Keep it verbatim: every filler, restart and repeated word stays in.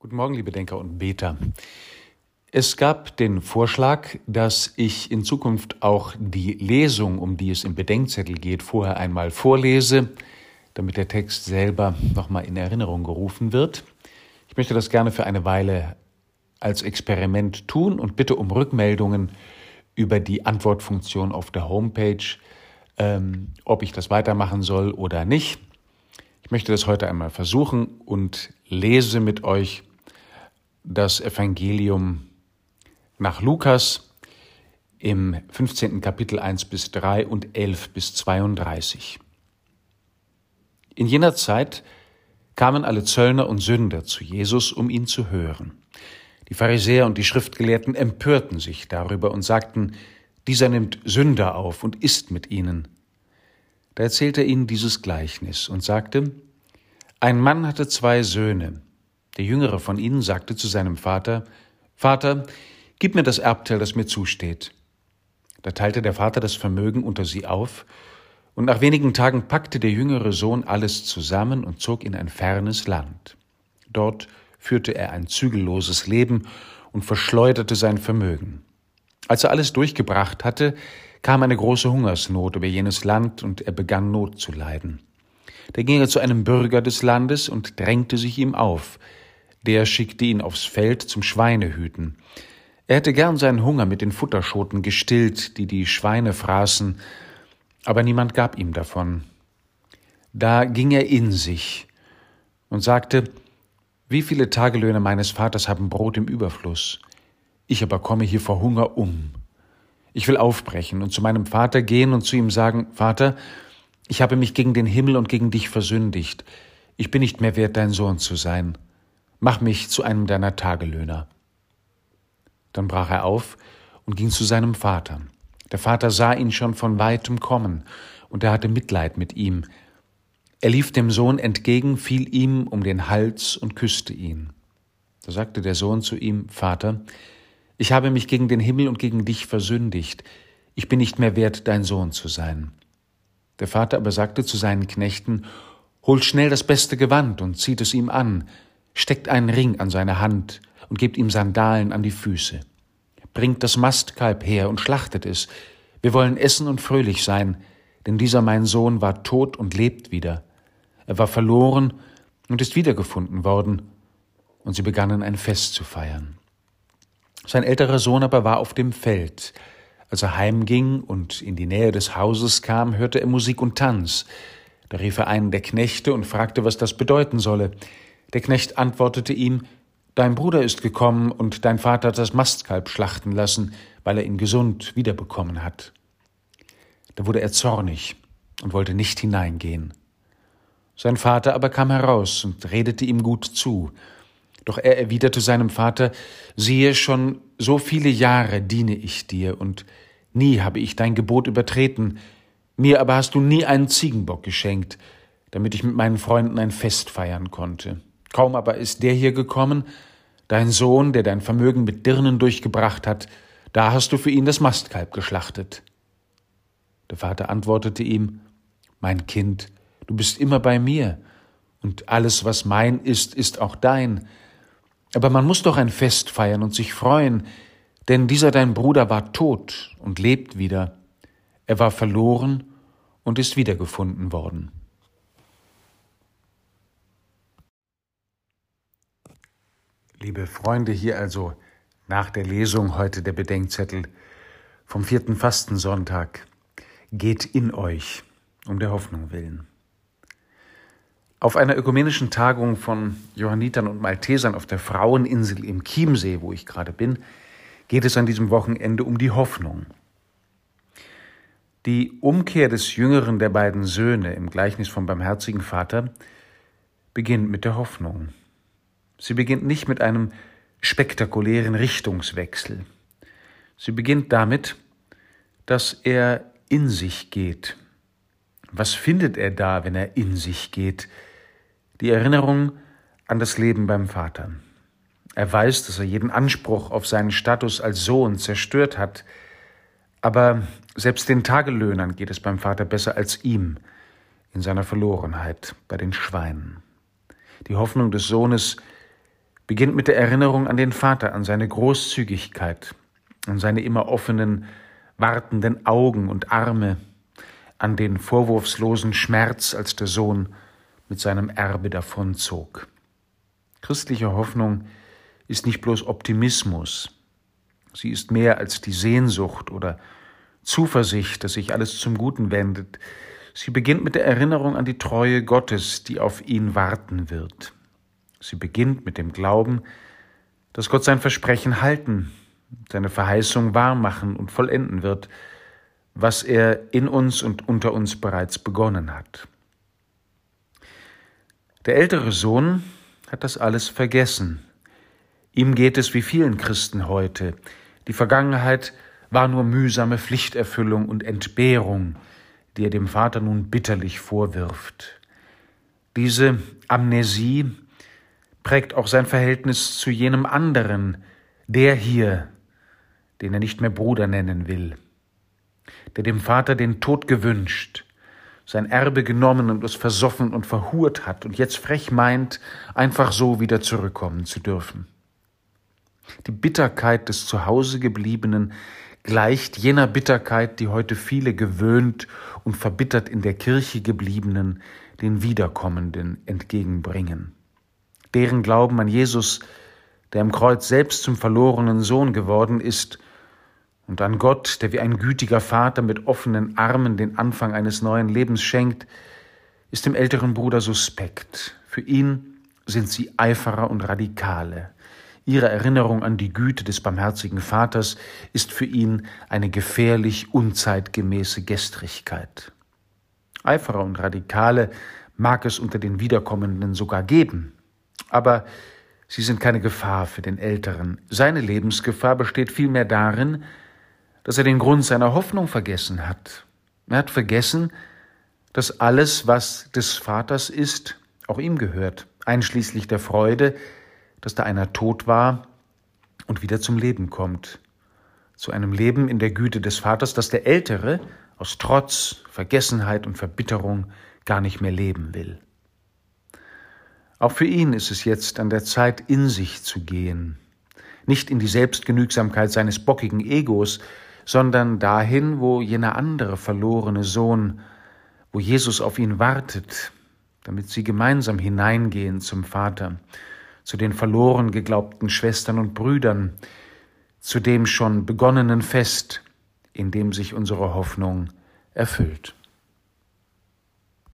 Guten Morgen, liebe Denker und Beter. Es gab den Vorschlag, dass ich in Zukunft auch die Lesung, um die es im Bedenkzettel geht, vorher einmal vorlese, damit der Text selber nochmal in Erinnerung gerufen wird. Ich möchte das gerne für eine Weile als Experiment tun und bitte um Rückmeldungen über die Antwortfunktion auf der Homepage, ähm, ob ich das weitermachen soll oder nicht. Ich möchte das heute einmal versuchen und lese mit euch das Evangelium nach Lukas im fünfzehnten Kapitel eins bis drei und elf bis zweiunddreißig. In jener Zeit kamen alle Zöllner und Sünder zu Jesus, um ihn zu hören. Die Pharisäer und die Schriftgelehrten empörten sich darüber und sagten, dieser nimmt Sünder auf und isst mit ihnen. Da erzählte er ihnen dieses Gleichnis und sagte, ein Mann hatte zwei Söhne. Der jüngere von ihnen sagte zu seinem Vater, Vater, gib mir das Erbteil, das mir zusteht. Da teilte der Vater das Vermögen unter sie auf, und nach wenigen Tagen packte der jüngere Sohn alles zusammen und zog in ein fernes Land. Dort führte er ein zügelloses Leben und verschleuderte sein Vermögen. Als er alles durchgebracht hatte, kam eine große Hungersnot über jenes Land, und er begann Not zu leiden. Da ging er zu einem Bürger des Landes und drängte sich ihm auf. Der schickte ihn aufs Feld zum Schweinehüten. Er hätte gern seinen Hunger mit den Futterschoten gestillt, die die Schweine fraßen, aber niemand gab ihm davon. Da ging er in sich und sagte, wie viele Tagelöhner meines Vaters haben Brot im Überfluss? Ich aber komme hier vor Hunger um. Ich will aufbrechen und zu meinem Vater gehen und zu ihm sagen, Vater, ich habe mich gegen den Himmel und gegen dich versündigt. Ich bin nicht mehr wert, dein Sohn zu sein. Mach mich zu einem deiner Tagelöhner. Dann brach er auf und ging zu seinem Vater. Der Vater sah ihn schon von weitem kommen, und er hatte Mitleid mit ihm. Er lief dem Sohn entgegen, fiel ihm um den Hals und küsste ihn. Da sagte der Sohn zu ihm, Vater, ich habe mich gegen den Himmel und gegen dich versündigt. Ich bin nicht mehr wert, dein Sohn zu sein. Der Vater aber sagte zu seinen Knechten, holt schnell das beste Gewand und zieht es ihm an, steckt einen Ring an seine Hand und gebt ihm Sandalen an die Füße. Bringt das Mastkalb her und schlachtet es. Wir wollen essen und fröhlich sein, denn dieser mein Sohn war tot und lebt wieder. Er war verloren und ist wiedergefunden worden. Und sie begannen ein Fest zu feiern. Sein älterer Sohn aber war auf dem Feld. Als er heimging und in die Nähe des Hauses kam, hörte er Musik und Tanz. Da rief er einen der Knechte und fragte, was das bedeuten solle. Der Knecht antwortete ihm, dein Bruder ist gekommen und dein Vater hat das Mastkalb schlachten lassen, weil er ihn gesund wiederbekommen hat. Da wurde er zornig und wollte nicht hineingehen. Sein Vater aber kam heraus und redete ihm gut zu. Doch er erwiderte seinem Vater, siehe, schon so viele Jahre diene ich dir und nie habe ich dein Gebot übertreten. Mir aber hast du nie einen Ziegenbock geschenkt, damit ich mit meinen Freunden ein Fest feiern konnte. Kaum aber ist der hier gekommen, dein Sohn, der dein Vermögen mit Dirnen durchgebracht hat, da hast du für ihn das Mastkalb geschlachtet. Der Vater antwortete ihm, mein Kind, du bist immer bei mir, und alles, was mein ist, ist auch dein. Aber man muss doch ein Fest feiern und sich freuen, denn dieser dein Bruder war tot und lebt wieder. Er war verloren und ist wiedergefunden worden. Liebe Freunde, hier also nach der Lesung heute der Bedenkzettel vom vierten Fastensonntag. Geht in euch, um der Hoffnung willen. Auf einer ökumenischen Tagung von Johannitern und Maltesern auf der Fraueninsel im Chiemsee, wo ich gerade bin, geht es an diesem Wochenende um die Hoffnung. Die Umkehr des jüngeren der beiden Söhne im Gleichnis vom barmherzigen Vater beginnt mit der Hoffnung. Sie beginnt nicht mit einem spektakulären Richtungswechsel. Sie beginnt damit, dass er in sich geht. Was findet er da, wenn er in sich geht? Die Erinnerung an das Leben beim Vater. Er weiß, dass er jeden Anspruch auf seinen Status als Sohn zerstört hat, aber selbst den Tagelöhnern geht es beim Vater besser als ihm in seiner Verlorenheit bei den Schweinen. Die Hoffnung des Sohnes beginnt mit der Erinnerung an den Vater, an seine Großzügigkeit, an seine immer offenen, wartenden Augen und Arme, an den vorwurfslosen Schmerz, als der Sohn mit seinem Erbe davonzog. Christliche Hoffnung ist nicht bloß Optimismus, sie ist mehr als die Sehnsucht oder Zuversicht, dass sich alles zum Guten wendet. Sie beginnt mit der Erinnerung an die Treue Gottes, die auf ihn warten wird. Sie beginnt mit dem Glauben, dass Gott sein Versprechen halten, seine Verheißung wahrmachen und vollenden wird, was er in uns und unter uns bereits begonnen hat. Der ältere Sohn hat das alles vergessen. Ihm geht es wie vielen Christen heute. Die Vergangenheit war nur mühsame Pflichterfüllung und Entbehrung, die er dem Vater nun bitterlich vorwirft. Diese Amnesie prägt auch sein Verhältnis zu jenem anderen, der hier, den er nicht mehr Bruder nennen will, der dem Vater den Tod gewünscht, sein Erbe genommen und es versoffen und verhurt hat und jetzt frech meint, einfach so wieder zurückkommen zu dürfen. Die Bitterkeit des Zuhausegebliebenen gleicht jener Bitterkeit, die heute viele gewöhnt und verbittert in der Kirche gebliebenen den Wiederkommenden entgegenbringen. Deren Glauben an Jesus, der am Kreuz selbst zum verlorenen Sohn geworden ist, und an Gott, der wie ein gütiger Vater mit offenen Armen den Anfang eines neuen Lebens schenkt, ist dem älteren Bruder suspekt. Für ihn sind sie Eiferer und Radikale. Ihre Erinnerung an die Güte des barmherzigen Vaters ist für ihn eine gefährlich unzeitgemäße Gestrigkeit. Eiferer und Radikale mag es unter den Wiederkommenden sogar geben, aber sie sind keine Gefahr für den Älteren. Seine Lebensgefahr besteht vielmehr darin, dass er den Grund seiner Hoffnung vergessen hat. Er hat vergessen, dass alles, was des Vaters ist, auch ihm gehört, einschließlich der Freude, dass da einer tot war und wieder zum Leben kommt. Zu einem Leben in der Güte des Vaters, das der Ältere aus Trotz, Vergessenheit und Verbitterung gar nicht mehr leben will. Auch für ihn ist es jetzt an der Zeit, in sich zu gehen. Nicht in die Selbstgenügsamkeit seines bockigen Egos, sondern dahin, wo jener andere verlorene Sohn, wo Jesus auf ihn wartet, damit sie gemeinsam hineingehen zum Vater, zu den verloren geglaubten Schwestern und Brüdern, zu dem schon begonnenen Fest, in dem sich unsere Hoffnung erfüllt.